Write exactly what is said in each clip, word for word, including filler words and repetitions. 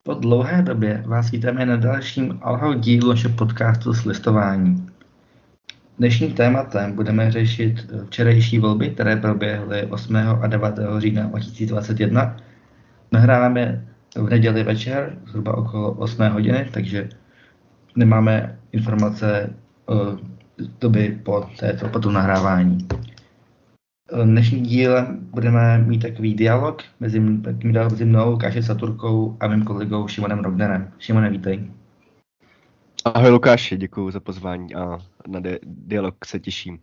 Po dlouhé době vás vítáme na dalším alhou dílu našeho podcastu Slistování. Dnešním tématem budeme řešit včerejší volby, které proběhly osmého a devátého října dva tisíce dvacet jedna. Nahráváme v neděli večer, zhruba okolo osmé hodiny, takže nemáme informace o doby po, této, po tom nahrávání. Dnešním dílem budeme mít takový dialog mezi, mezi mnou, Lukášem Saturkou a mým kolegou Šimonem Rognerem. Šimone, vítej. Ahoj Lukáši, děkuji za pozvání a na di- dialog se těším.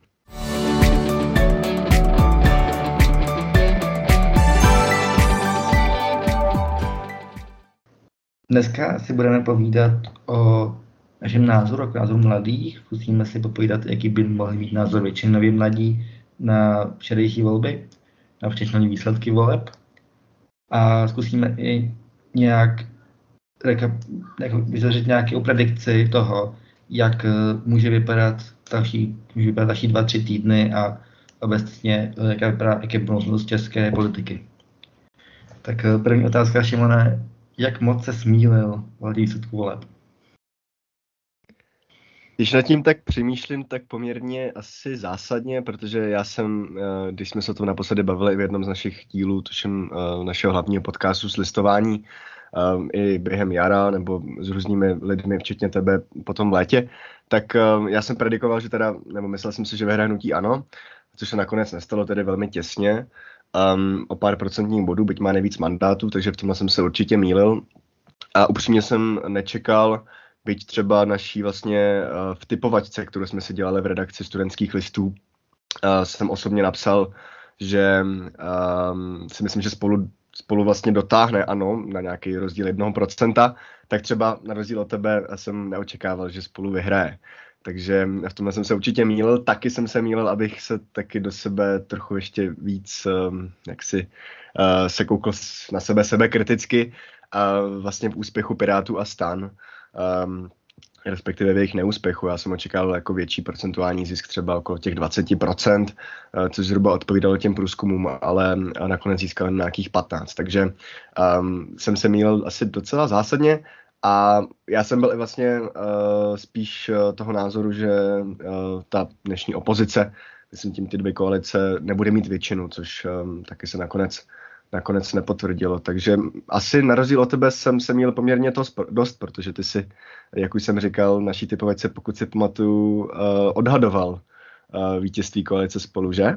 Dneska si budeme povídat o našem názoru, o názoru mladých. Zkusíme si popovídat, jaký by mohli mít názor většinově mladí na včerejší volby, na všechny výsledky voleb. A zkusíme i nějak vytvořit nějakou predikci toho, jak může vypadat další, může vypadat další dva, tři týdny a obecně, jaká vypadá, jak je budoucnost české politiky. Tak první otázka, Šimone, jak moc se smílil v výsledku voleb? Když nad tím tak přemýšlím, tak poměrně asi zásadně, protože já jsem, když jsme se o tom naposledy bavili v jednom z našich dílů, tuším našeho hlavního podcastu Slistování, i během jara nebo s různými lidmi, včetně tebe potom v létě, tak já jsem predikoval, že teda, nebo myslel jsem si, že vyhraje hnutí ANO, což se nakonec nestalo tedy velmi těsně, um, o pár procentních bodů, byť má nejvíc mandátů, takže v tomhle jsem se určitě mýlil. A upřímně jsem nečekal, byť třeba naší vlastně uh, v typovačce, kterou jsme si dělali v redakci Studentských listů, uh, jsem osobně napsal, že um, si myslím, že spolu spolu vlastně dotáhne ANO na nějaký rozdíl jednoho procenta, tak třeba na rozdíl od tebe jsem neočekával, že spolu vyhraje. Takže v tomhle jsem se určitě mýlil. Taky jsem se mýlil, abych se taky do sebe trochu ještě víc, um, jak si uh, se koukl na sebe sebekriticky a uh, vlastně v úspěchu Pirátů a STAN. Um, respektive v jejich neúspěchu. Já jsem očekával jako větší procentuální zisk, třeba okolo těch dvacet procent, což zhruba odpovídalo těm průzkumům, ale nakonec získal nějakých patnáct. Takže um, jsem se mýlil asi docela zásadně a já jsem byl i vlastně uh, spíš uh, toho názoru, že uh, ta dnešní opozice, myslím tím ty dvě koalice, nebude mít většinu, což um, taky se nakonec nakonec nepotvrdilo. Takže asi na rozdíl od tebe jsem se měl poměrně to dost, protože ty si, jak už jsem říkal, naší typovačce, pokud si pamatuju, uh, odhadoval uh, vítězství koalice Spolu, že?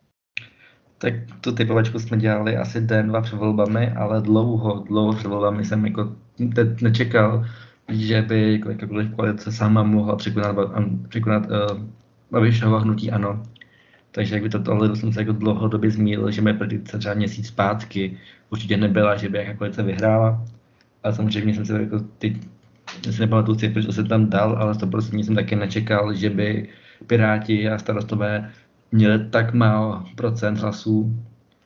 Tak tu typovačku jsme dělali asi den, dva před volbami, ale dlouho, dlouho před volbami jsem jako teď nečekal, že by jakákoliv koalice sama mohla překonat, překonat uh, Babišovo hnutí ANO. Takže jak by to tohle jsem se jako dlouhodobě zmínil, že moje predikce třeba měsíc zpátky určitě nebyla, že by jakákoliv se vyhrála. Ale samozřejmě jsem se jako teď, si nepamatuju cifry, co jsem tam dal, ale sto procent jsem taky nečekal, že by Piráti a Starostové měli tak málo procent hlasů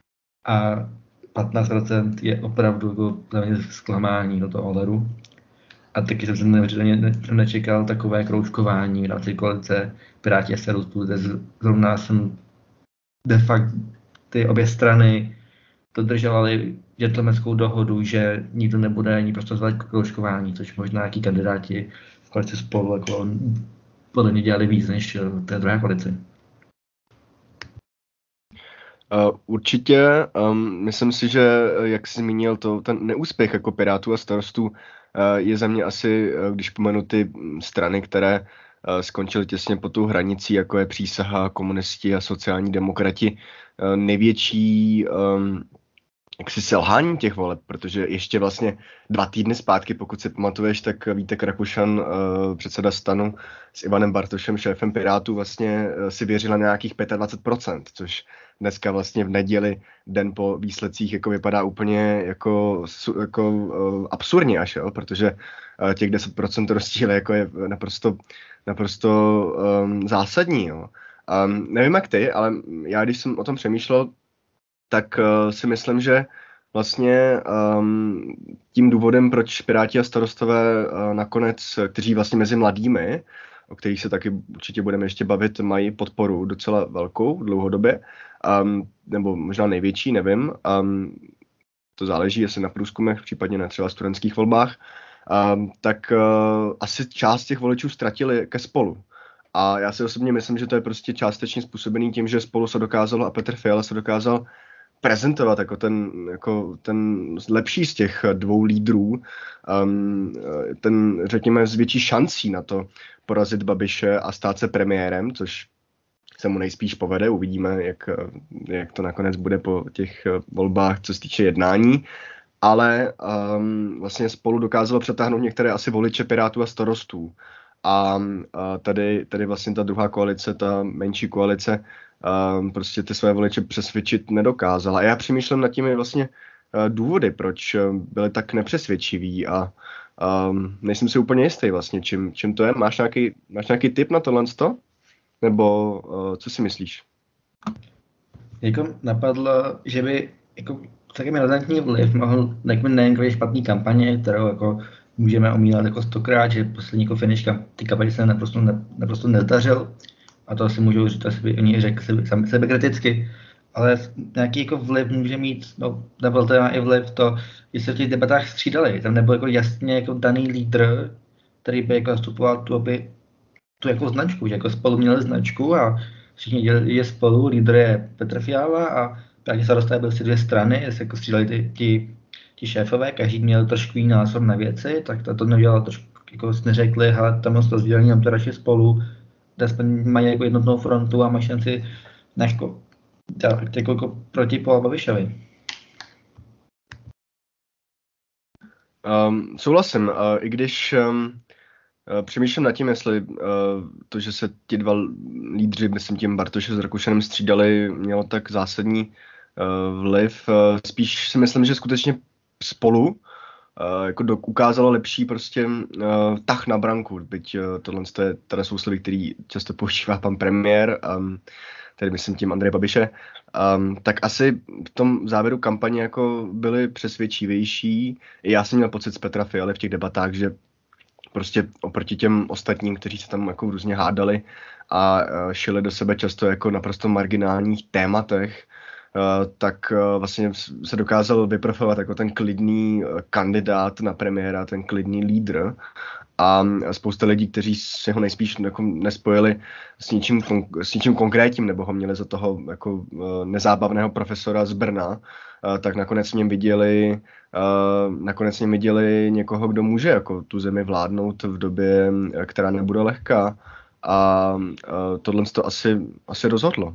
a patnáct procent je opravdu jako zklamání do toho ohledu. A taky jsem se neuvěřitelně nečekal takové kroužkování v rámci koalice Piráti a Starostů. Zrovna jsem de facto ty obě strany dodržovaly gentlemanskou dohodu, že nikdo nebude ani prosazovat kroužkování, což možná jaký kandidáti v koalici Spolu jako podle mě dělali víc než té druhé koalici. Uh, určitě, um, myslím si, že jak jsi zmínil, to, ten neúspěch jako Pirátů a Starostů uh, je za mě asi, uh, když pomenu ty strany, které uh, skončily těsně pod tou hranicí, jako je Přísaha, komunisti a sociální demokrati, uh, největší um, jaksi selhání těch voleb, protože ještě vlastně dva týdny zpátky, pokud si pamatuješ, tak Vítek Rakušan, uh, předseda STANu, s Ivanem Bartošem, šéfem Pirátů, vlastně uh, si věřila nějakých dvacet pět procent, což dneska vlastně v neděli, den po výsledcích, jako vypadá úplně jako, jako uh, absurdně až, jo? Protože uh, těch deset procent rozdíl jako je naprosto, naprosto um, zásadní. Jo? Um, nevím jak ty, ale já když jsem o tom přemýšlel, tak uh, si myslím, že vlastně um, tím důvodem, proč Piráti a Starostové uh, nakonec, kteří vlastně mezi mladými, o kterých se taky určitě budeme ještě bavit, mají podporu docela velkou dlouhodobě, um, nebo možná největší, nevím. Um, to záleží asi na průzkumech, případně na třeba studentských volbách, um, tak uh, asi část těch voličů ztratili ke Spolu. A já si osobně myslím, že to je prostě částečně způsobený tím, že Spolu se dokázalo a Petr Fiala se dokázal prezentovat jako ten, jako ten lepší z těch dvou lídrů, um, ten, řekněme, s větší šancí na to porazit Babiše a stát se premiérem, což se mu nejspíš povede. Uvidíme, jak, jak to nakonec bude po těch volbách, co se týče jednání. Ale um, vlastně Spolu dokázalo přetáhnout některé asi voliče Pirátů a Starostů. A, a tady, tady vlastně ta druhá koalice, ta menší koalice, um, prostě ty své voliče přesvědčit nedokázala. A já přemýšlím nad těmi vlastně uh, důvody, proč byly tak nepřesvědčiví a um, nejsem si úplně jistý vlastně, čím, čím to je. Máš nějaký, máš nějaký tip na tohle? Nebo uh, co si myslíš? Jako napadlo, že by jako celkem razantní vliv mohl nejen kvůli špatný kampaně, kterou jako můžeme omílat jako stokrát, že poslední jako finish ty kampaně se naprosto, ne, naprosto nezdařil. A to asi můžou říct, asi by oni řekli sebe, sami sebekriticky. Ale nějaký jako vliv může mít, no nebyl to i vliv to, že se v těch debatách střídali. Tam nebyl jako jasně jako daný lídr, který by jako zastupoval tu, aby, tu jako značku, že jako Spolu měli značku a všichni dělali je Spolu, lídr je Petr Fiala a právě se dostali si dvě strany, se jako střídali ty, ty, ty šéfové, každý měl trošku jiný názor na věci, tak to, to nedělalo trošku, jako neřekli, hele, tam moc rozdělení, nám to radši Spolu, kde mají jako jednotnou frontu a mají šanci jako, jako, jako proti Polu Babišovi. Um, souhlasím, uh, i když um, uh, přemýšlím nad tím, jestli uh, to, že se ti dva lídři, myslím tím Bartoše s Rakušanem střídali, mělo tak zásadní uh, vliv. Uh, spíš si myslím, že skutečně Spolu uh, jako do, ukázalo lepší prostě uh, tah na branku, byť uh, tohle je teda sousloví, který často používá pan premiér, um, tedy myslím tím Andreje Babiše, um, tak asi v tom závěru kampaně jako byli přesvědčivější. I já jsem měl pocit z Petra Fialy v těch debatách, že prostě oproti těm ostatním, kteří se tam jako různě hádali a uh, šili do sebe často jako naprosto marginálních tématech, uh, tak uh, vlastně se dokázal vyprofilovat jako ten klidný uh, kandidát na premiéra, ten klidný lídr. A spousta lidí, kteří si ho nejspíš jako nespojili s ničím, s ničím konkrétním, nebo ho měli za toho jako nezábavného profesora z Brna, tak nakonec v něm viděli, nakonec v něm viděli někoho, kdo může jako tu zemi vládnout v době, která nebude lehká. A tohle to asi, asi rozhodlo.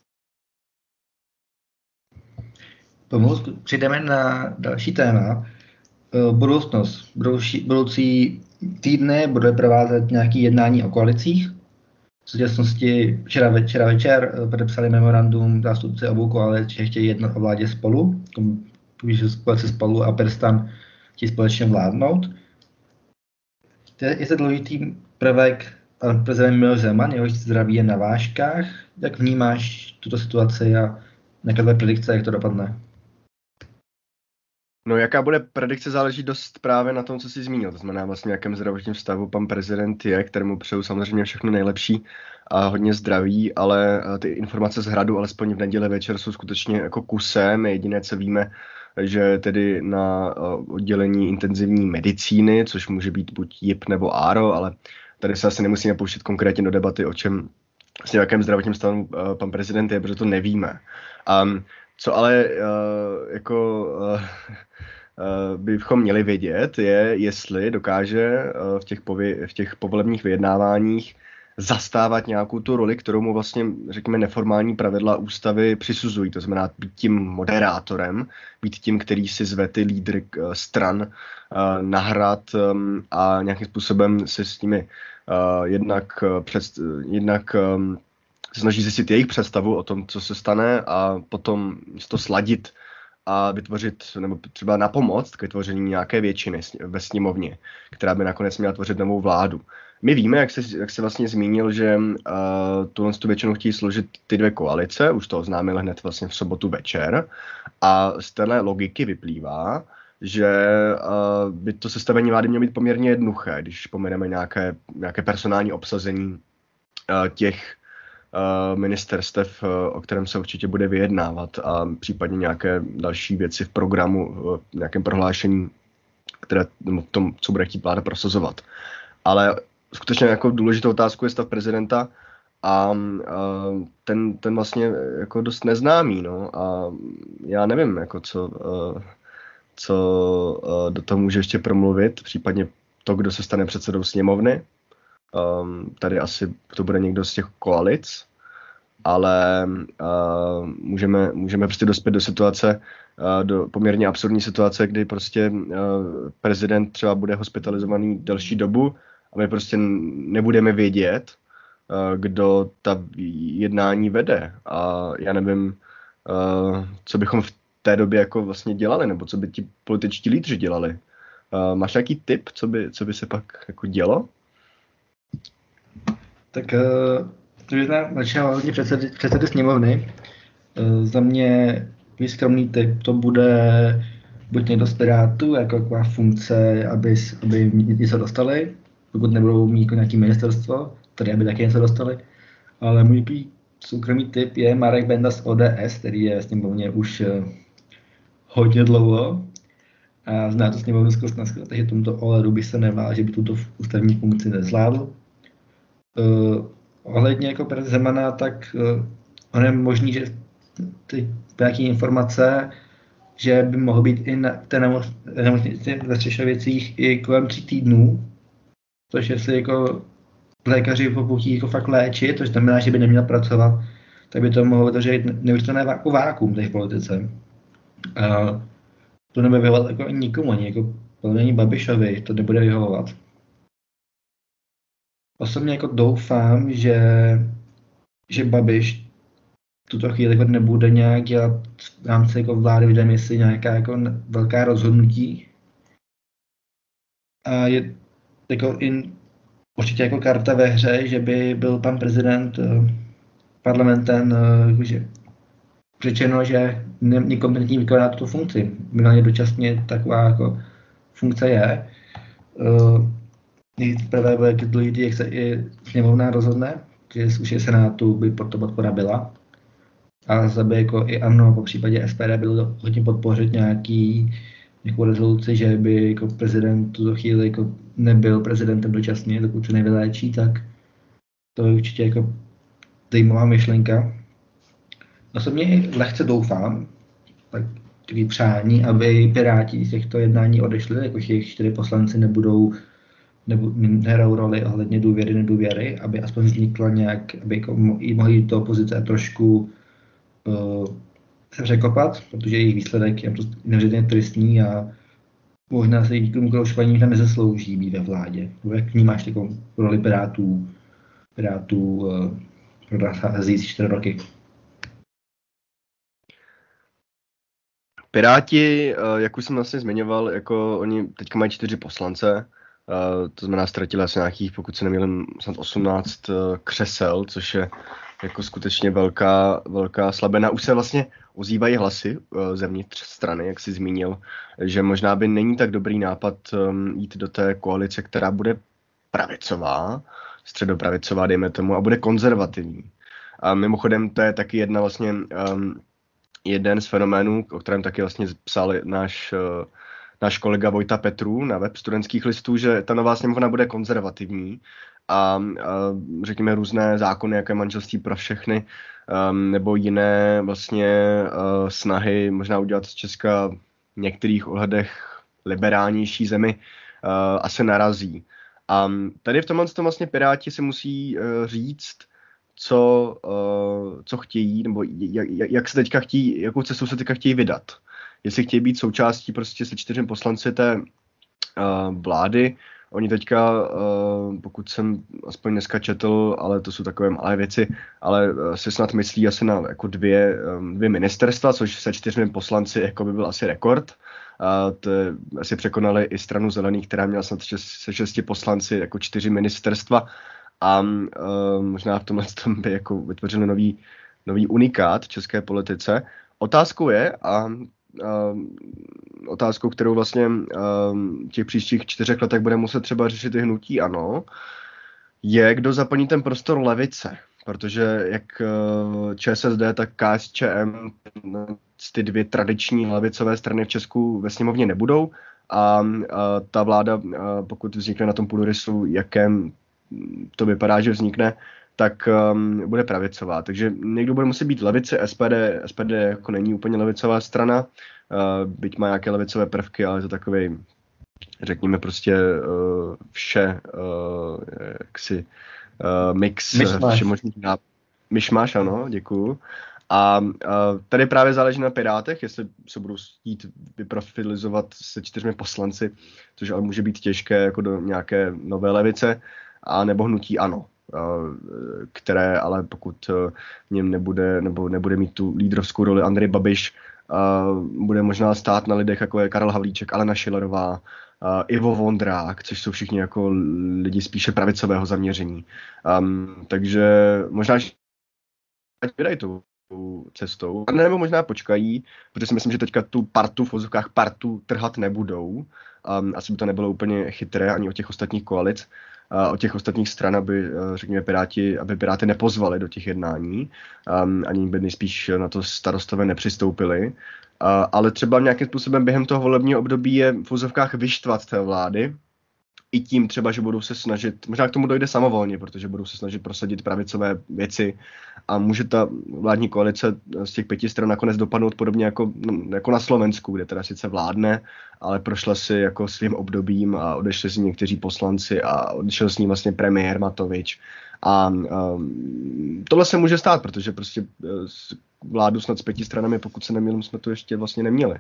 Pomalu přijdeme na další téma. Budoucnost. Budoucí, budoucí týdny bude provázet nějaké jednání o koalicích. V současnosti včera, večera večer podepsali memorandum zástupci obou koalic, že chtějí jednat o vládě Spolu, koalice Spolu a PirSTAN chtějí společně vládnout. Je to důležitý prvek pan prezident Miloš Zeman, jehož zdraví je na vážkách. Jak vnímáš tuto situaci a jaká je predikce, jak to dopadne? No, jaká bude predikce, záleží dost právě na tom, co jsi zmínil. To znamená vlastně, jakém zdravotním stavu pan prezident je, kterému přeju samozřejmě všechno nejlepší a hodně zdraví, ale ty informace z Hradu, alespoň v neděli večer, jsou skutečně jako kusem. Jediné, co víme, že tedy na oddělení intenzivní medicíny, což může být buď J I P nebo A R O, ale tady se asi nemusíme pouštět konkrétně do debaty, o čem, vlastně jakém zdravotním stavu pan prezident je, protože to nevíme. Um, Co ale uh, jako uh, uh, bychom měli vědět, je, jestli dokáže uh, v, těch pově- v těch povolebních vyjednáváních zastávat nějakou tu roli, kterou mu vlastně, řekněme, neformální pravidla ústavy přisuzují. To znamená být tím moderátorem, být tím, který si zve ty lídry uh, stran uh, na hrad um, a nějakým způsobem se s nimi uh, jednak, uh, před, uh, jednak um, snaží zjistit jejich představu o tom, co se stane a potom to sladit a vytvořit, nebo třeba napomoct k vytvoření nějaké většiny ve sněmovně, která by nakonec měla tvořit novou vládu. My víme, jak se, jak se vlastně zmínil, že uh, tuhle tu většinu chtějí složit ty dvě koalice, už to oznámili hned vlastně v sobotu večer a z téhle logiky vyplývá, že uh, by to sestavení vlády mělo být poměrně jednoduché, když pomeneme nějaké, nějaké personální obsazení uh, těch ministerstev, o kterém se určitě bude vyjednávat a případně nějaké další věci v programu, v nějakém prohlášení, které v tom, co bude chtít vláda prosazovat. Ale skutečně jako důležitou otázku je stav prezidenta a ten, ten vlastně jako dost neznámý, no, a já nevím, jako co, co do toho může ještě promluvit, případně to, kdo se stane předsedou sněmovny. Um, tady asi to bude někdo z těch koalic, ale uh, můžeme, můžeme prostě dospět do situace, uh, do poměrně absurdní situace, kdy prostě uh, prezident třeba bude hospitalizovaný delší dobu a my prostě nebudeme vědět, uh, kdo ta jednání vede. A já nevím, uh, co bychom v té době jako vlastně dělali, nebo co by ti političtí lídři dělali. Uh, máš nějaký tip, co by, co by se pak jako dělo? Tak to je začíná hodně předsedy, předsedy sněmovny. Za mě můj skromný tip, to bude buď někdo z Pirátů, jako taková funkce, aby, aby něco dostali, pokud nebudou mít jako nějaké ministerstvo, tady aby taky něco dostali. Ale můj soukromý tip je Marek Benda z O D S, který je ve sněmovně už hodně dlouho a zná to sněmovnu zkus naskvěle, takže tomuto ohledu bych se nebál, že by tuto ústavní funkci nezvládl. Uh, ohledně jako prezidenta Zemana, tak uh, on je možný, že ty nějaké informace, že by mohl být i na té nemocnici ve Střešovicích i kolem tří týdnů, což jestli jako lékaři poputí jako fakt léčit, což znamená, že by neměl pracovat, tak by to mohlo vytvořit neuvěřitelné váku, vákuum v politice. Uh, to nebude vyhovovat jako nikomu, ani jako ani Babišovi, to nebude vyhovovat. Osobně jako doufám, že, že Babiš v tuto chvíli jako nebude nějak dělat v rámci jako vlády v demisi nějaká jako velká rozhodnutí. A je jako in, určitě jako karta ve hře, že by byl pan prezident parlamentem jakože řečeno, že nekompetentní vykoná tuto funkci. Minimálně dočasně taková jako funkce je. Nejprve bude důležitý, jak se i sněmovna rozhodne, že už je Senátu by pro to podpora byla. A zda by jako i ANO, po případě S P D bylo hodně podpořit nějaký, nějakou rezoluci, že by jako prezident tuto chvíli jako nebyl prezidentem dočasně, dokud se nevyléčí, tak to je určitě jako zajímavá myšlenka. Osobně lehce doufám, tak takový přání, aby Piráti z těchto jednání odešli, jakož jejich čtyři poslanci nebudou nehrajou roli ohledně důvěry, nedůvěry, aby aspoň vznikla nějak, aby jako mohli jít do opozice trošku uh, se překopat, protože jejich výsledek je prostě neuvěřitelně tristní a možná se díky kroužování možná nezaslouží být ve vládě. Jak vnímáš takovou roli Pirátů, Pirátů uh, pro následující čtyři roky? Piráti, jak už jsem vlastně zmiňoval, jako oni teďka mají čtyři poslance, Uh, to znamená, ztratili asi nějakých, pokud se nemýlím, snad osmnáct uh, křesel, což je jako skutečně velká, velká slabina. Už se vlastně ozývají hlasy uh, zevnitř strany, jak jsi zmínil, že možná by není tak dobrý nápad um, jít do té koalice, která bude pravicová, středopravicová, dejme tomu, a bude konzervativní. A mimochodem, to je taky jedna vlastně, um, jeden z fenoménů, o kterém taky vlastně psal náš uh, náš kolega Vojta Petrů na web Studentských listů, že ta nová sněmovna bude konzervativní a, a řekněme různé zákony, jako je manželství pro všechny, um, nebo jiné vlastně uh, snahy možná udělat z Česka v některých ohledech liberálnější zemi uh, asi narazí. A tady v tomhle tom vlastně Piráti si musí uh, říct, co, uh, co chtějí, nebo jak, jak se teďka chtějí, jakou cestou se teďka chtějí vydat. Jestli chtějí být součástí prostě se čtyřmi poslanci té uh, vlády. Oni teďka, uh, pokud jsem aspoň dneska četl, ale to jsou takové malé věci, ale uh, si snad myslí asi na jako dvě, um, dvě ministerstva, což se čtyřmi poslanci jako by byl asi rekord. Uh, to asi překonali i stranu Zelených, která měla snad šest, se šesti poslanci jako čtyři ministerstva. A uh, možná v tomhle tom by jako vytvořili nový, nový unikát v české politice. Otázkou je, a Uh, otázkou, kterou vlastně uh, těch příštích čtyřech letech bude muset třeba řešit i hnutí ANO, je, kdo zaplní ten prostor levice. protože jak ČSSD, tak KSČM, ty dvě tradiční levicové strany v Česku ve sněmovně nebudou a, a ta vláda, pokud vznikne na tom půdorysu, jakém to vypadá, že vznikne, tak um, bude pravicová. Takže někdo bude muset být levice, S P D, S P D jako není úplně levicová strana, uh, byť má nějaké levicové prvky, ale je to takový, řekněme prostě uh, vše, uh, jaksi uh, mix všemožných nápadů. Myšmaš, ano, děkuju. A uh, tady právě záleží na Pirátech, jestli se budou chtít vyprofilizovat se čtyřmi poslanci, což ale může být těžké jako do nějaké nové levice, a nebo hnutí ANO, které ale pokud v něm nebude, nebo nebude mít tu lídrovskou roli Andrej Babiš, bude možná stát na lidech, jako je Karel Havlíček, Alena Schillerová, Ivo Vondrák, což jsou všichni jako lidi spíše pravicového zaměření. Um, takže možná, že vydají tu cestou, a nebo možná počkají, protože si myslím, že teďka tu partu, v vozovkách partu trhat nebudou. Um, asi by to nebylo úplně chytré ani od těch ostatních koalic, uh, od těch ostatních stran, aby, uh, řekněme, Piráti, aby Piráty nepozvali do těch jednání, um, ani by nejspíš na to starostové nepřistoupili. Uh, ale třeba nějakým způsobem během toho volebního období je v vozovkách vyštvat té vlády, i tím třeba, že budou se snažit, možná k tomu dojde samovolně, protože budou se snažit prosadit pravicové věci a může ta vládní koalice z těch pěti stran nakonec dopadnout podobně jako, jako na Slovensku, kde teda sice vládne, ale prošla si jako svým obdobím a odešli si někteří poslanci a odešel s ním vlastně premiér Matovič. A um, tohle se může stát, protože prostě vládu snad s pěti stranami, pokud se nemýlím, jsme to ještě vlastně neměli.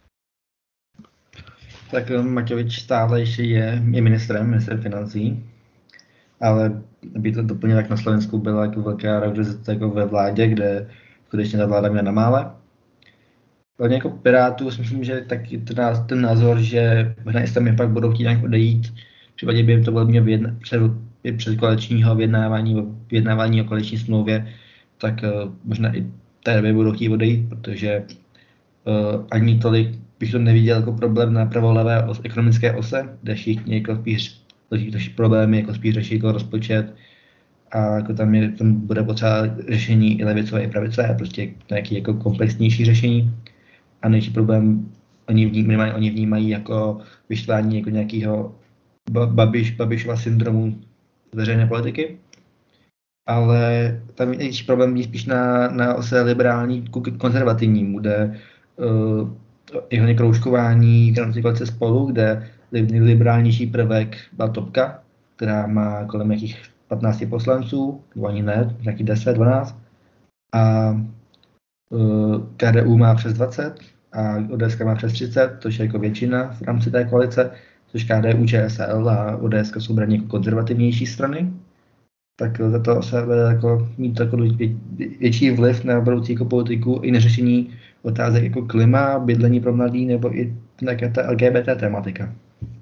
Tak Matovič stále ještě je, je ministrem, ministrem financí, ale by to doplnil, jak na Slovensku byla jako velká reorganizace jako ve vládě, kde skutečně ta vláda měla na mále. Ale jako Pirátů si myslím, že taky ten, ten názor, že možná i tam pak budou chtít nějak odejít, v případě by jim to bylo mě vyjedna, před, před koaličního vyjednávání, vyjednávání o koaliční smlouvě, tak uh, možná i té doby budou chtít odejít, protože uh, ani tolik bych to neviděl jako problém na pravolevé os, ekonomické ose, kde všichni jako spíš řeší problémy, jako spíš řeší jako rozpočet a jako tam, je, tam bude potřeba řešení i levicové, i pravicové, prostě nějaký jako komplexnější řešení. A největší problém oni vnímají, oni vnímají jako vyštvání jako nějakého babiš, Babišova syndromu veřejné politiky. Ale tam největší problém je spíš na, na ose liberální konzervativní, kde uh, je hodně kroužkování v rámci koalice Spolu, kde nejliberálnější prvek byla Topka, která má kolem nějakých patnáct poslanců, nebo ani ne, nějakých deset, dvanáct. A uh, K D U má přes dvacet a O D S má přes třicet, což je jako většina v rámci té koalice, což K D U, Č S L a O D S jsou braní jako konzervativnější strany. Tak za to se bude jako mít jako větší vliv na budoucí jako politiku i na řešení otázek jako klima, bydlení pro mladý nebo i nějaká ta L G B T tematika.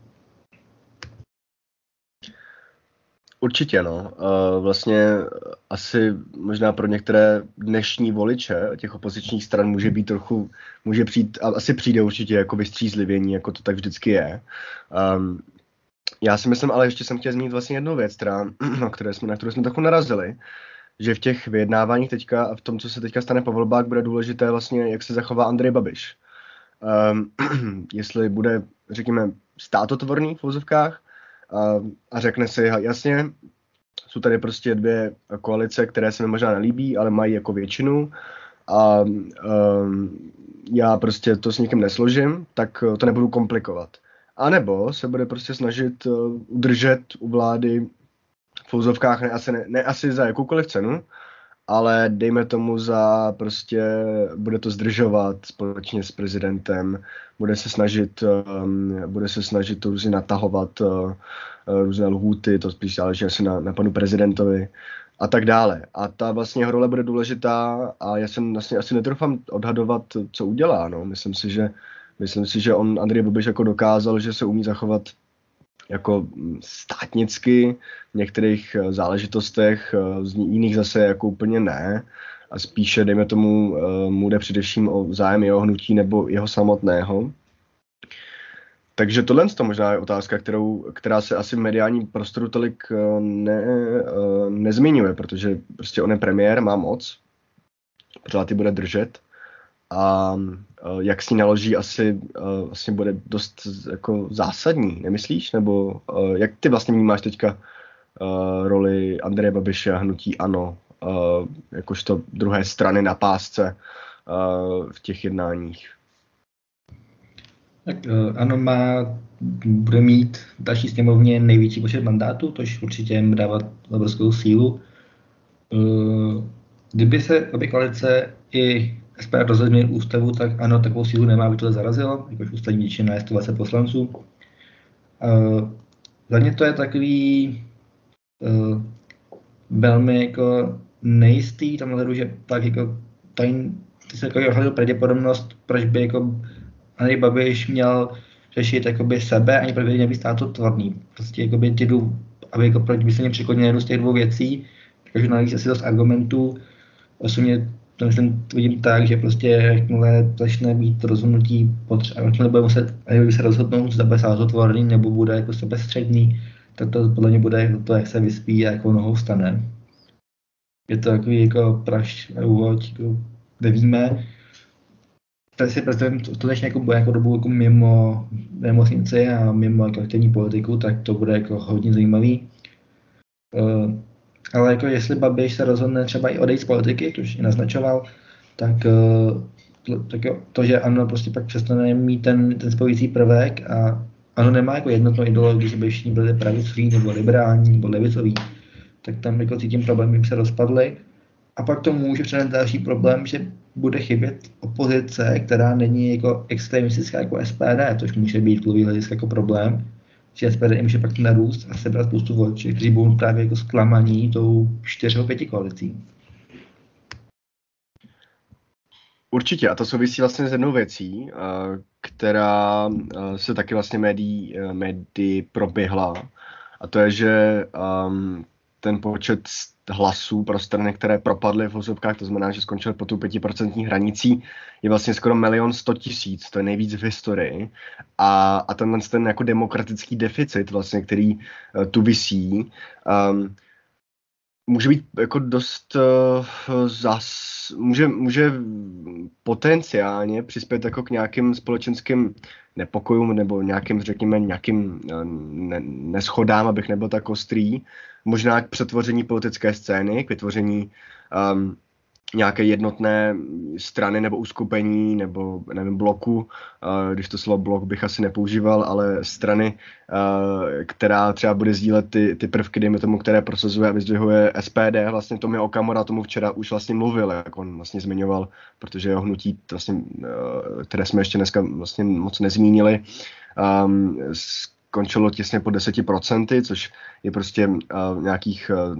Určitě, no. Vlastně asi možná pro některé dnešní voliče těch opozičních stran může být trochu, může přijít, a asi přijde určitě jako vystřízlivění, jako to tak vždycky je. Um, já si myslím, ale ještě jsem chtěl zmínit vlastně jednu věc, která, na, které jsme, na kterou jsme trochu narazili, že v těch vyjednáváních teďka a v tom, co se teďka stane po volbách, bude důležité vlastně, jak se zachová Andrej Babiš. Um, jestli bude, řekněme, státotvorný v vozovkách a, a řekne si, jasně, jsou tady prostě dvě koalice, které se mi možná nelíbí, ale mají jako většinu a um, já prostě to s nikým nesložím, tak to nebudu komplikovat. A nebo se bude prostě snažit uh, udržet u vlády v fouzovkách ne asi, ne, ne asi za jakoukoliv cenu, ale dejme tomu za prostě, bude to zdržovat společně s prezidentem, bude se snažit, um, bude se snažit to různě natahovat, uh, různé lhůty, to spíš záleží asi na, na panu prezidentovi a tak dále. A ta vlastně role bude důležitá a já jsem vlastně asi netroufám odhadovat, co udělá. No. Myslím si, že Myslím si, že on, Andrej Babiš, jako dokázal, že se umí zachovat jako státnicky v některých záležitostech, z jiných zase jako úplně ne. A spíše, dejme tomu, mu jde především o zájem jeho hnutí nebo jeho samotného. takže tohle to možná je otázka, kterou, která se asi v mediálním prostoru tolik ne, nezmiňuje, protože prostě on je premiér, má moc, pořád ty bude držet a jak s ní naloží, asi vlastně bude dost jako zásadní, nemyslíš? Nebo jak ty vlastně vnímáš teďka roli Andreje Babiše a hnutí ANO, jakožto druhé strany na pásce v těch jednáních? Tak ANO má, bude mít v další sněmovně největší počet mandátů, což určitě jim dává obrovskou sílu. Kdyby se obě koalice i S P D rozhodli ústavu, tak ANO takovou sílu nemá, aby to zarazilo, jakož ústavní většina je sto dvacet poslanců. Za mě to je takový uh, velmi jako nejistý, tam hledu, že tak jako tady se jako hledal pravděpodobnost, proč by jako Andrej Babiš měl řešit jakoby sebe, ani proč by nebyl státotvorný. Prostě jakoby ty dvou, aby jako proč by se mě překonil jednu z těch dvou věcí, takže navíc asi dost argumentů. Osobně to myslím, vidím tak, že prostě jakmile začne být rozhodnutí potřeba, jakmile bude muset, aby se rozhodnout, zda bude státotvorný nebo bude jako sebestředný, tak to podle mě bude to, jak se vyspí a jako nohou stane. Je to takový jako prašť a úvod, jako, kde víme, tady si představím, to, to začne jako bude jako dobu jako mimo nemocnici a mimo jako aktivní politiku, tak to bude jako hodně zajímavý. Uh, ale jako jestli Babiš se rozhodne třeba i odejít z politiky, což i naznačoval, tak, uh, tak jo, to, že ANO prostě pak přestane mít ten, ten spojující prvek a ANO nemá jako jednotnou ideologii, že by všichni byli pravicoví nebo liberální nebo levicoví, tak tam jako cítím problém, by se rozpadly. A pak to může přinést další problém, že bude chybět opozice, která není jako extremistická jako S P D, což může být dlouhý hlediska jako problém, že S P D jim může pak narůst a sebrat spoustu voličů, kteří budou právě jako zklamaní tou čtyřou pěti koalicí. Určitě, a to souvisí vlastně s jednou věcí, která se taky vlastně médií, médií proběhla, a to je, že um, ten počet hlasů pro strany, které propadly v úzovkách, to znamená, že skončil pod tu pětiprocentní hranicí, je vlastně skoro milion sto tisíc, to je nejvíc v historii. A, a tenhle ten jako demokratický deficit, vlastně, který uh, tu visí, um, může být jako dost uh, zas, může, může potenciálně přispět jako k nějakým společenským nepokojům nebo nějakým, řekněme, nějakým ne, neschodám, abych nebyl tak ostrý, možná k přetvoření politické scény, k vytvoření um, nějaké jednotné strany nebo uskupení nebo nevím, bloku, uh, když to slovo blok bych asi nepoužíval, ale strany, uh, která třeba bude sdílet ty, ty prvky, dejme tomu, které prosazuje a vyzdvihuje S P D. Vlastně Tomio Okamura tomu včera už vlastně mluvil, jak on vlastně zmiňoval, protože jeho hnutí, vlastně, uh, které jsme ještě dneska vlastně moc nezmínili, um, skončilo těsně po deseti procentech, což je prostě uh, nějakých, uh,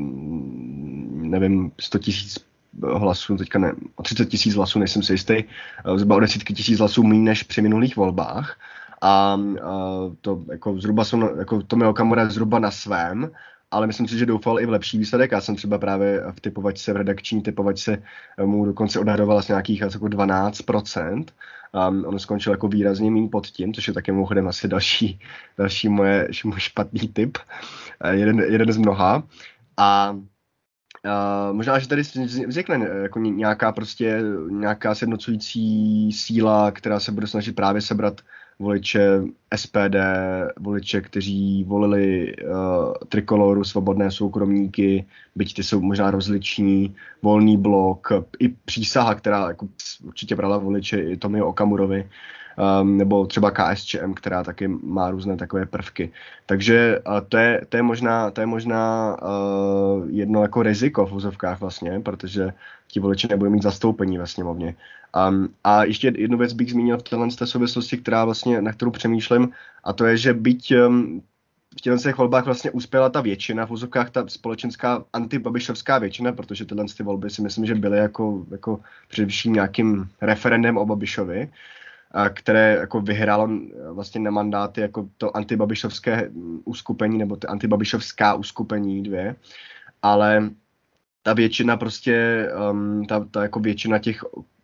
nevím, sto tisíc hlasů, teďka ne, o třicet tisíc hlasů, nejsem si jistý, zhruba o desítky tisíc hlasů méně než při minulých volbách. A, a to jako zhruba jsou, jako Tomio Okamura zhruba na svém, ale myslím si, že doufal i v lepší výsledek. Já jsem třeba právě v typovačce, v redakční typovačce mu dokonce odhadoval asi nějakých jako dvanáct procent. Um, on skončil jako výrazně méně pod tím, což je také mimochodem asi další, další moje, můj špatný tip, jeden, jeden z mnoha. A Uh, možná, že tady vznikne jako nějaká prostě nějaká sjednocující síla, která se bude snažit právě sebrat voliče S P D, voliče, kteří volili uh, Trikoloru, svobodné soukromníky, byť ty jsou možná rozliční, Volný blok, i Přísaha, která jako určitě brala voliče i Tomio Okamurovi, um, nebo třeba K S Č M, která taky má různé takové prvky. Takže uh, to, je, to je možná, to je možná uh, jedno jako riziko v úzovkách vlastně, protože ti voliči nebudou mít zastoupení ve sněmovně. Um, a ještě jednu věc bych zmínil v téhle té souvislosti, která vlastně, na kterou přemýšlím, a to je, že byť um, v těchto volbách vlastně uspěla ta většina, v úzovkách ta společenská antibabišovská většina, protože tyhle ty volby si myslím, že byly jako, jako především nějakým referendem o Babišovi, a které jako vyhrálo vlastně na mandáty jako to antibabišovské uskupení, nebo ty antibabišovská uskupení dvě, ale ta většina prostě, um, ta, ta jako většina těch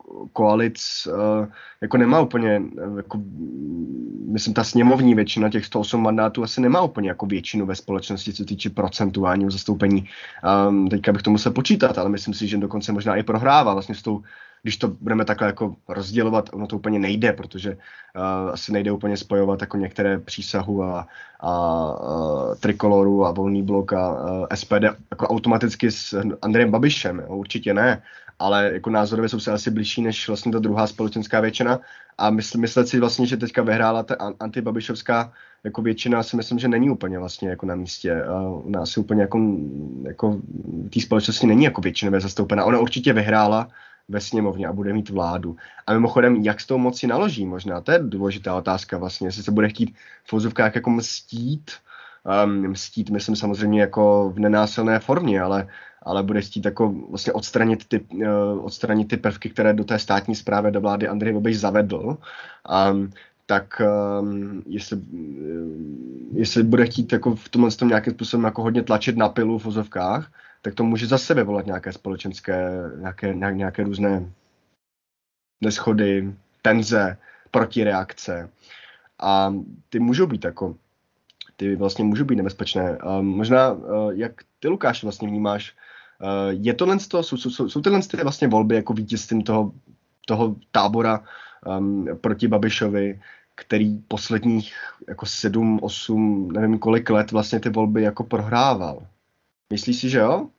koalic uh, jako nemá úplně, jako, myslím, ta sněmovní většina těch sto osm mandátů asi nemá úplně jako většinu ve společnosti, co týče procentuálního zastoupení. Um, teďka bych to musel počítat, ale myslím si, že dokonce možná i prohrává vlastně s tou, když to budeme takhle jako rozdělovat, ono to úplně nejde, protože uh, asi nejde úplně spojovat jako některé přísahu a, a uh, Trikoloru a Volný blok a uh, S P D jako automaticky s Andrejem Babišem, jo, určitě ne, ale jako názorově jsou se asi blížší než vlastně ta druhá společenská většina a mysl, myslet si vlastně, že teďka vyhrála ta antibabišovská jako většina, si myslím, že není úplně vlastně jako na místě. Uh, u nás je úplně jako, jako té společnosti není jako většinově zastoupena. Ona určitě vyhrála ve sněmovně a bude mít vládu. A mimochodem, jak s tou mocí naloží možná, to je důležitá otázka vlastně, jestli se bude chtít v fouzovkách jako mstít, um, mstít myslím samozřejmě jako v nenásilné formě, ale, ale bude chtít jako vlastně odstranit ty, uh, odstranit ty prvky, které do té státní správy do vlády Andrej Babiš zavedl. Um, tak um, jestli, jestli bude chtít jako v tomhle tom nějakým způsobem jako hodně tlačit na pilu v vozovkách, tak to může zase vyvolat nějaké společenské, nějaké, nějaké různé neshody, tenze, protireakce. A ty můžou být jako, ty vlastně můžou být nebezpečné. A možná, jak ty, Lukáš, vlastně vnímáš, je tohle, jsou, jsou, jsou tyhle vlastně volby jako vítězstvím toho, toho tábora um, proti Babišovi, který posledních jako sedm, osm, nevím kolik let vlastně ty volby jako prohrával. Myslíš si, že jo?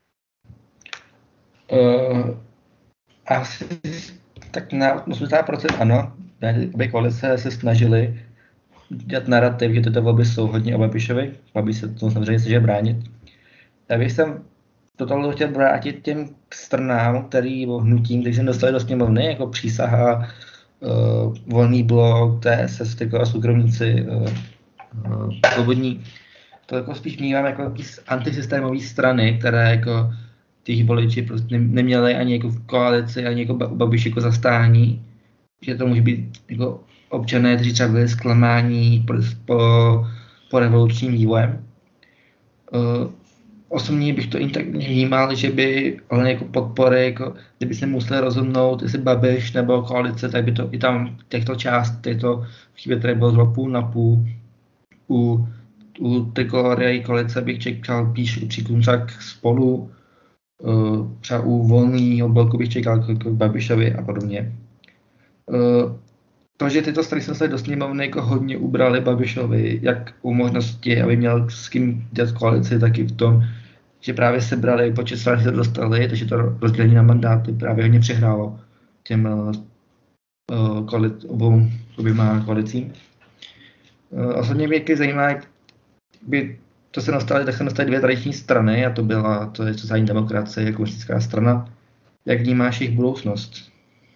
Uh, asi tak na osmdesát procent ano. Obě koalice se snažili dělat narrativ, že tyto volby jsou hodně o Babišovi. Babiš se to samozřejmě snaží bránit. Já bych jsem toto chtěl vrátit těm stranám, který, hnutím, který se dostali do sněmovny, jako Přísaha, uh, Volný blok, T S S, a soukromníci, uh, uh, svobodní. To jako spíš vnímám jako antisystémové strany, které jako těch voliči prostě neměli ani jako v koalici, ani jako Babiš jako zastání. Že to může být jako občané, kteří třeba byli zklamání po, po, po revolučním vývojem. Uh, osobně bych to tak vnímal, že by ohledně jako podpory, jako, kdyby se museli rozhodnout, jestli Babiš nebo koalice, tak by to i tam těchto část, těchto chybě, které bylo zhruba půl na půl. U, u Trikolory koalice bych čekal píš příklad Spolu, uh, třeba u Volného bloku bych čekal k, k Babišovi a podobně. Uh, to, že tyto strany se do sněmovny jako hodně ubrali Babišovi, jak u možnosti, aby měl s kým dělat koalici, tak i v tom, že právě sebrali počet stran, se dostali, takže to rozdělení na mandáty právě hodně přehrálo těm uh, koalic, obou oběma koalicím. Uh, osobně mě zajímá, by to se nastaly, tak se nastaly dvě tradiční strany, a to byla, to je sociální demokracie, komunistická strana. Jak vnímáš jejich budoucnost?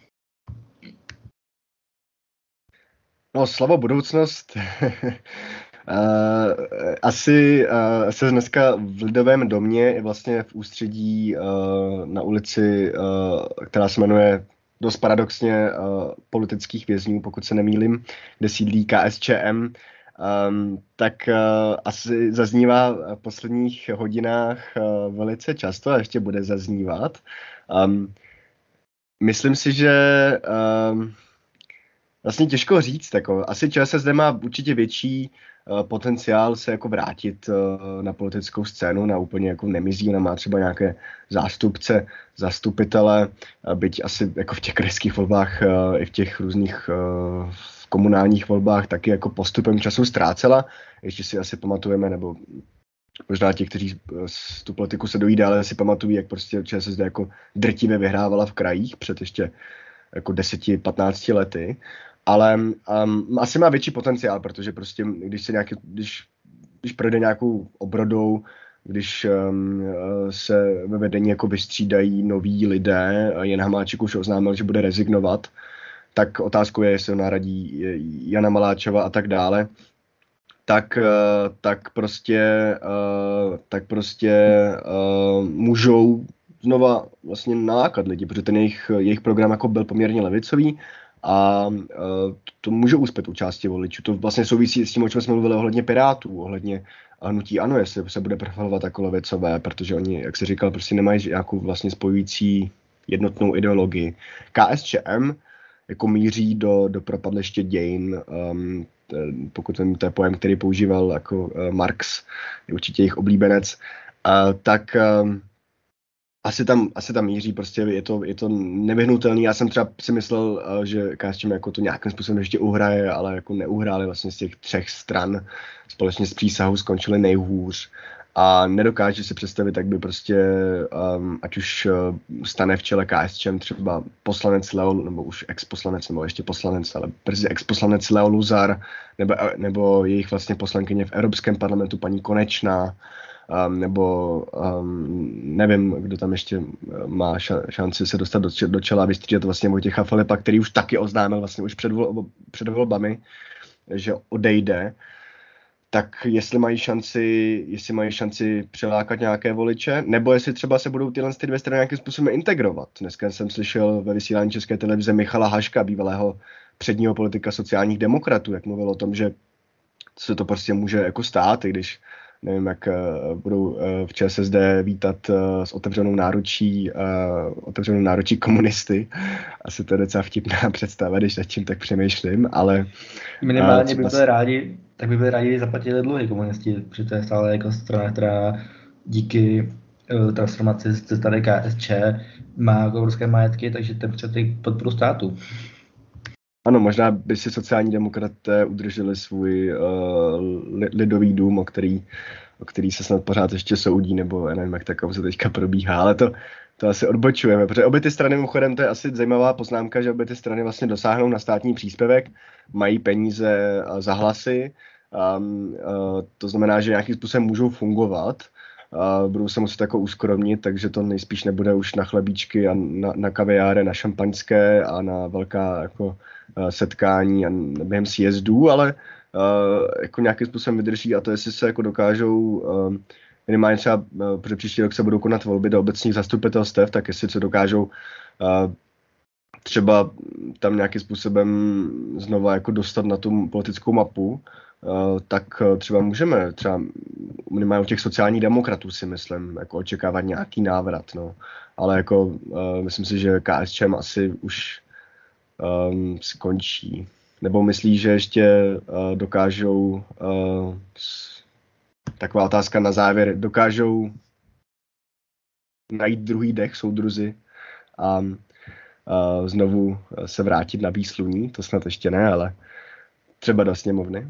No, slovo budoucnost. uh, asi uh, se dneska v Lidovém domě je vlastně v ústředí uh, na ulici, uh, která se jmenuje dost paradoxně uh, politických vězňů, pokud se nemýlim, kde sídlí K S Č M, um, tak uh, asi zaznívá v posledních hodinách uh, velice často a ještě bude zaznívat. Um, myslím si, že um, vlastně těžko říct, jako, asi ČSSD má určitě větší uh, potenciál se jako vrátit uh, na politickou scénu, na úplně jako nemizí, ona má třeba nějaké zástupce, zastupitele, uh, byť asi jako v těch krajských volbách uh, i v těch různých uh, komunálních volbách taky jako postupem času ztrácela, ještě si asi pamatujeme, nebo možná ti, kteří tu politiku se dojí dále, si pamatují, jak prostě ČSSD jako drtivě vyhrávala v krajích před ještě jako deseti patnácti lety. Ale um, asi má větší potenciál, protože prostě, když se nějaký, když, když projde nějakou obrodou, když um, se ve vedení jako vystřídají noví lidé, Jan Hamáček už oznámil, že bude rezignovat, tak otázkou je, jestli ho nahradí Jana Maláčova a tak dále, tak, uh, tak prostě, uh, tak prostě uh, můžou znova vlastně nalákat lidi, protože ten jejich, jejich program jako byl poměrně levicový a uh, to může uspět u části voličů. To vlastně souvisí s tím, o čem jsme mluvili ohledně Pirátů, ohledně hnutí ANO, jestli se bude profilovat jako levicové, protože oni, jak se říkal, prostě nemají nějakou vlastně spojující jednotnou ideologii. K S Č M jako míří do, do propadliště dějin, um, pokud ten, to je pojem, který používal jako uh, Marx, je určitě jejich oblíbenec, uh, tak um, asi tam, asi tam míří, prostě je to, je to nevyhnutelný. Já jsem třeba si myslel, uh, že K S Č M jako to nějakým způsobem ještě uhraje, ale jako neuhráli vlastně z těch třech stran. Společně s přísahou skončili nejhůř. A nedokáže si představit, jak by prostě, um, ať už uh, stane v čele K S Č M třeba poslanec Leo, nebo už ex-poslanec, nebo ještě poslanec, ale brzy ex-poslanec Leo Luzar, nebo, nebo jejich vlastně poslankyně v Evropském parlamentu paní Konečná, um, nebo um, nevím, kdo tam ještě má šanci se dostat do, do čela a vystřídat vlastně Vojtěcha Filipa, který už taky oznámil vlastně už před, vol, před volbami, že odejde. Tak jestli mají šanci, jestli mají šanci přilákat nějaké voliče, nebo jestli třeba se budou tyhle ty dvě strany nějakým způsobem integrovat. Dneska jsem slyšel ve vysílání České televize Michala Haška, bývalého předního politika sociálních demokratů, jak mluvil o tom, že se to prostě může jako stát, i když nevím, jak budou v Č S S D vítat s otevřenou náručí, otevřenou náručí komunisty. Asi to je docela vtipná představa, když nad tím tak přemýšlím, ale... Minimálně by byli rádi, tak by byli rádi, když zaplatili dluhy komunisti, protože to je stále jako strana, která díky transformaci ze staré K S Č má obrovské majetky, takže ten potřebuje podporu státu. Ano, možná by si sociální demokraté udrželi svůj uh, lidový dům, o který, o který se snad pořád ještě soudí, nebo já nevím, jak takovou se teďka probíhá, ale to, to asi odbočujeme, protože obě ty strany, mimochodem, to je asi zajímavá poznámka, že obě ty strany vlastně dosáhnou na státní příspěvek, mají peníze za hlasy, um, uh, to znamená, že nějakým způsobem můžou fungovat, uh, budou se muset jako uskromnit, takže to nejspíš nebude už na chlebíčky a na, na kaviáre, na šampaňské a na velká jako setkání a během sjezdů, ale uh, jako nějakým způsobem vydrží a to, jestli se jako dokážou, uh, minimálně třeba, uh, protože příští rok se budou konat volby do obecních zastupitelstev, tak jestli se dokážou uh, třeba tam nějakým způsobem znova jako dostat na tu politickou mapu, uh, tak uh, třeba můžeme, třeba minimálně u těch sociálních demokratů si myslím, jako očekávat nějaký návrat, no. Ale jako uh, myslím si, že K S Č M asi už Um, skončí. Nebo myslí, že ještě uh, dokážou, uh, s, taková otázka na závěr, dokážou najít druhý dech soudruzi a uh, znovu se vrátit na výsluní, to snad ještě ne, ale třeba do sněmovny?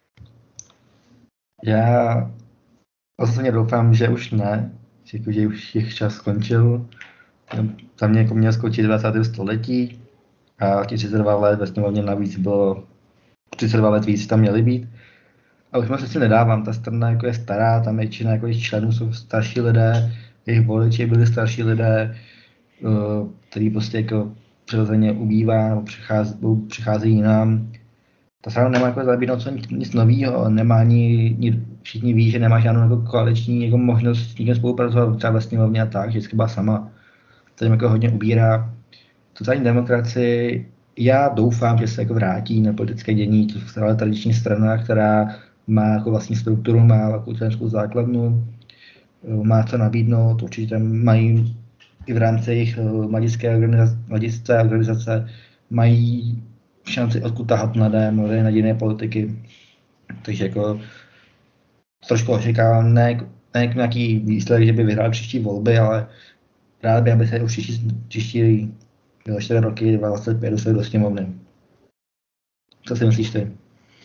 Já osobně doufám, že už ne, že už jejich čas skončil. Za mě jako měl skončit dvacátého století, a těch třicet dva let ve sněmovně navíc bylo třicet dva let víc tam měli být. A už moc se si nedávám, ta strana jako je stará, tam většina jako členů jsou starší lidé, jejich voliči byli starší lidé, který prostě jako přirozeně ubývá nebo přichází, přicházejí jinam. Ta strana nemá jako zabídnout nic nového, nemá ani, všichni ví, že nemá žádnou jako koaliční jako možnost s někým spolupracovat třeba ve sněmovně a tak, vždycky byla sama. To jim jako hodně ubírá. Sociální demokracii, já doufám, že se jako vrátí na politické dění, to je tradiční strana, která má jako vlastní strukturu, má jako členskou základnu, má co nabídnout, určitě mají i v rámci jejich mladistské organizace, mladistské organizace mají šanci odkutahat mladé, mladé nadějné politiky. Takže jako trošku očekávám, ne, ne nějaký výsledek, že by vyhrál příští volby, ale rád bych, aby se už příští, příští čtyři roky dvacet pět dostali do sněmovny. Co si myslíš ty?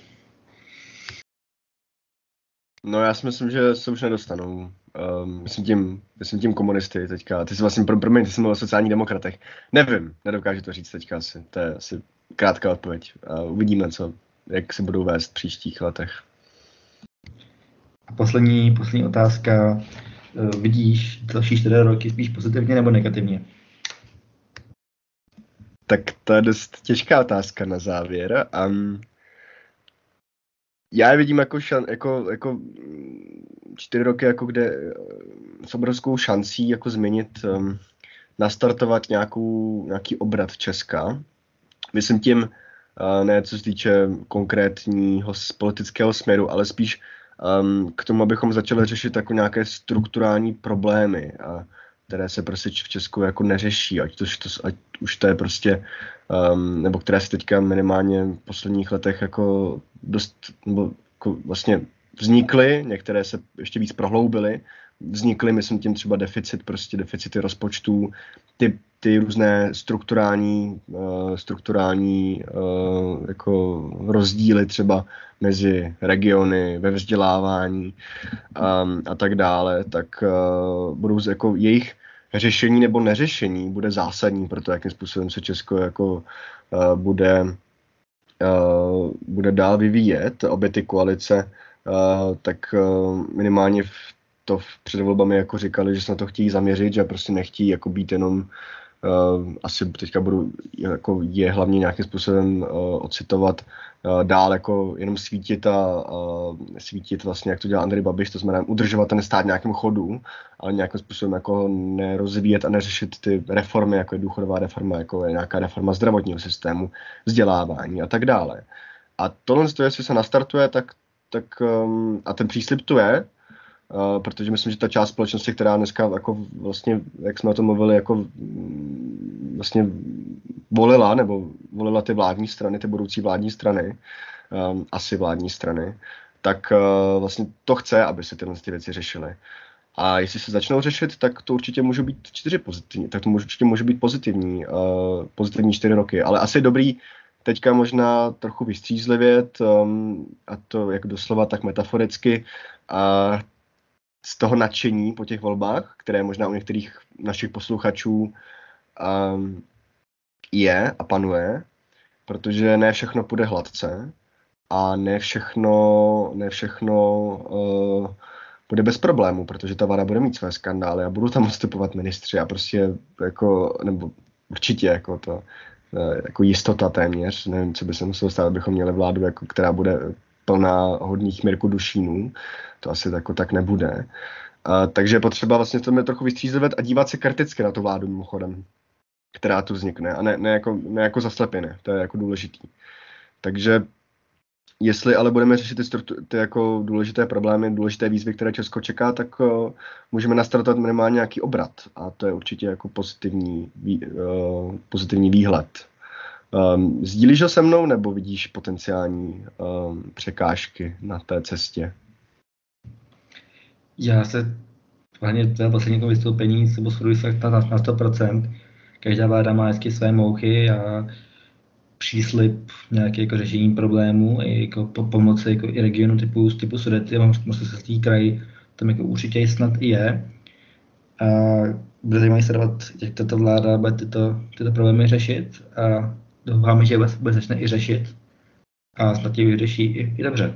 No já si myslím, že se už nedostanou. Um, myslím, tím, myslím tím komunisty teďka. Ty jsi vlastně, pro, promiň, ty jsi mluvil o sociálních demokratech. Nevím, nedokážu to říct teďka asi. To je asi krátká odpověď. Uh, uvidíme, co, jak se budou vést v příštích letech. A poslední, poslední otázka. Uh, vidíš další čtyři roky spíš pozitivně nebo negativně? Tak to je dost těžká otázka na závěr. Um, já je vidím jako, šan, jako, jako čtyři roky, jako kde s obrovskou šancí jako změnit, um, nastartovat nějakou, nějaký obrat Česka. Myslím tím, uh, ne co se týče konkrétního politického směru, ale spíš um, k tomu, abychom začali řešit jako nějaké strukturální problémy. A které se prostě v Česku jako neřeší, ať, to, ať už to je prostě, um, nebo které se teďka minimálně v posledních letech jako dost, nebo jako vlastně vznikly, některé se ještě víc prohloubily, vznikly, myslím tím třeba deficit, prostě deficity rozpočtů, ty, ty různé strukturální, uh, strukturální uh, jako rozdíly třeba mezi regiony, ve vzdělávání um, a tak dále, tak uh, budou jako jejich řešení nebo neřešení bude zásadní pro to, jakým způsobem se Česko jako uh, bude, uh, bude dál vyvíjet. Obě ty koalice uh, tak uh, minimálně v to před volbami jako říkali, že se na to chtějí zaměřit, že prostě nechtějí jako být jenom uh, asi teďka budu jako je hlavně nějakým způsobem uh, ocitovat uh, dál jako jenom svítit a uh, svítit vlastně, jak to dělá Andrej Babiš, to znamená udržovat ten stát nějakým chodu, ale nějakým způsobem jako nerozvíjet a neřešit ty reformy, jako je důchodová reforma, jako je nějaká reforma zdravotního systému, vzdělávání a tak dále. A tohle, jestli se nastartuje, tak, tak um, a ten příslib tu je, Uh, protože myslím, že ta část společnosti, která dneska jako vlastně, jak jsme o tom mluvili, jako vlastně volila, nebo volila ty vládní strany, ty budoucí vládní strany, um, asi vládní strany, tak uh, vlastně to chce, aby se tyhle ty věci řešily. A jestli se začnou řešit, tak to určitě může být čtyři pozitivní, tak to určitě může být pozitivní, uh, pozitivní čtyři roky, ale asi dobrý teďka možná trochu vystřízlivět, um, a to jak doslova, tak metaforicky, uh, z toho nadšení po těch volbách, které možná u některých našich posluchačů um, je a panuje, protože ne všechno půjde hladce a ne všechno, ne všechno uh, bude bez problémů, protože ta vláda bude mít své skandály a budou tam odstupovat ministři a prostě jako, nebo určitě jako to, jako jistota téměř, nevím, co by se muselo stát, abychom měli vládu, jako, která bude plná hodných Mirku Dušínů, to asi jako tak nebude. Uh, takže je potřeba vlastně to trochu vystřízlivět a dívat se kriticky na tu vládu mimochodem, která tu vznikne a ne, ne, jako, ne jako zaslepiny, to je jako důležitý. Takže jestli ale budeme řešit ty, struktu- ty jako důležité problémy, důležité výzvy, které Česko čeká, tak uh, můžeme nastartovat minimálně nějaký obrat a to je určitě jako pozitivní, vý, uh, pozitivní výhled. Um, sdílíš ho se mnou, nebo vidíš potenciální um, překážky na té cestě? Já se hlavně v posledním vystoupení se shoduji na, na sto procent. Každá vláda má vždycky své mouchy a příslib nějaké jako řešení problémů i jako po, pomoci jako i regionu typu, typu Sudety, Moravskoslezský kraj, tam jako určitě snad i je. A bude zajímavé sledovat, jak tato vláda bude tyto, tyto problémy řešit a doufáme, že bude začne i řešit a snad je vyřeší i, i dobře.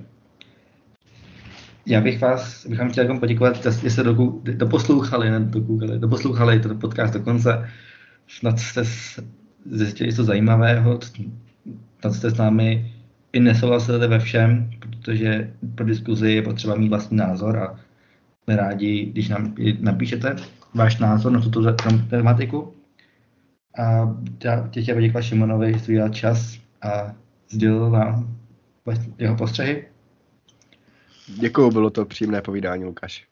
Já bych vás, bych vám chtěl jako poděkovat, že jste do, doposlouchali, ne dokoukali, doposlouchali ten podcast do konce. Snad jste zjistili něco zajímavého, snad jste s námi i nesouhlasili ve všem, protože pro diskuzi je potřeba mít vlastní názor a jsme rádi, když nám napíšete váš názor na tuto tematiku. A já tě chtěl poděkovat Šimonovi, že jsi udělal čas a sdělil vám jeho postřehy. Děkuju, bylo to příjemné povídání, Lukáš.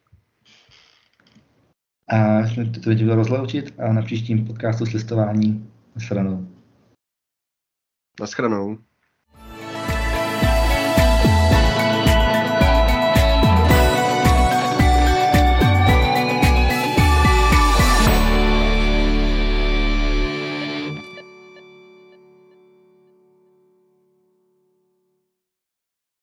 A jsme to teď budu rozloučit a na příštím podcastu s listování. Naschledanou. Naschledanou.